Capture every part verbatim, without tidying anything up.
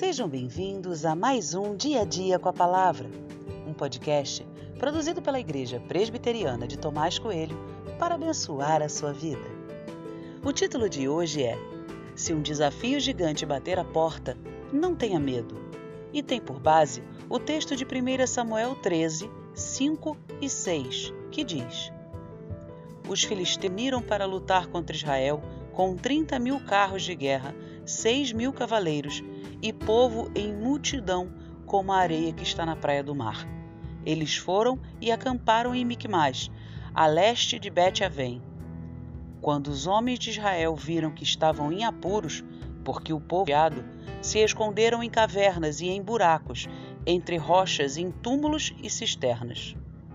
Sejam bem-vindos a mais um Dia a Dia com a Palavra, um podcast produzido pela Igreja Presbiteriana de Tomás Coelho para abençoar a sua vida. O título de hoje é Se um desafio gigante bater a porta, não tenha medo, e tem por base o texto de primeiro Samuel treze, cinco e seis, que diz: Os filisteus uniram para lutar contra Israel com trinta mil carros de guerra, seis mil cavaleiros e povo em multidão como a areia que está na praia do mar. Eles foram e acamparam em Micmas, a leste de Bet-Avém. Quando os homens de Israel viram que estavam em apuros, porque o povo se esconderam em cavernas e em buracos, entre rochas, em túmulos e cisternas.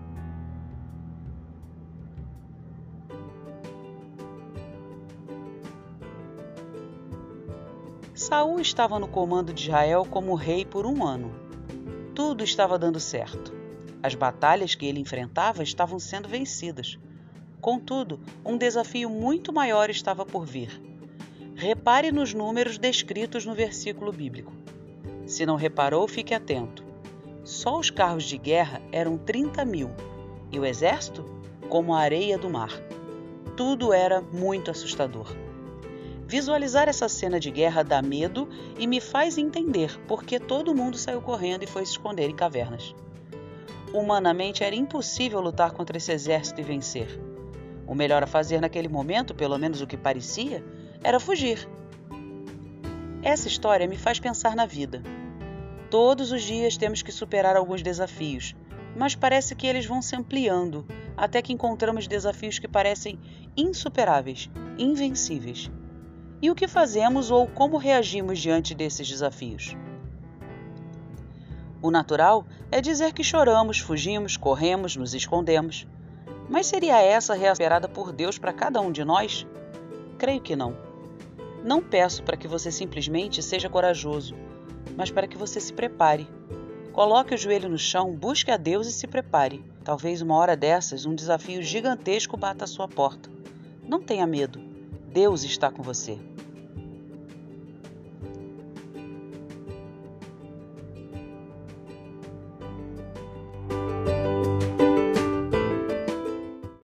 Saul estava no comando de Israel como rei por um ano. Tudo estava dando certo. As batalhas que ele enfrentava estavam sendo vencidas. Contudo, um desafio muito maior estava por vir. Repare nos números descritos no versículo bíblico. Se não reparou, fique atento. Só os carros de guerra eram trinta mil, e o exército, como a areia do mar. Tudo era muito assustador. Visualizar essa cena de guerra dá medo e me faz entender por que todo mundo saiu correndo e foi se esconder em cavernas. Humanamente era impossível lutar contra esse exército e vencer. O melhor a fazer naquele momento, pelo menos o que parecia, era fugir. Essa história me faz pensar na vida. Todos os dias temos que superar alguns desafios, mas parece que eles vão se ampliando até que encontramos desafios que parecem insuperáveis, invencíveis. E o que fazemos ou como reagimos diante desses desafios? O natural é dizer que choramos, fugimos, corremos, nos escondemos. Mas seria essa a reação esperada por Deus para cada um de nós? Creio que não. Não peço para que você simplesmente seja corajoso, mas para que você se prepare. Coloque o joelho no chão, busque a Deus e se prepare. Talvez uma hora dessas um desafio gigantesco bata à sua porta. Não tenha medo. Deus está com você.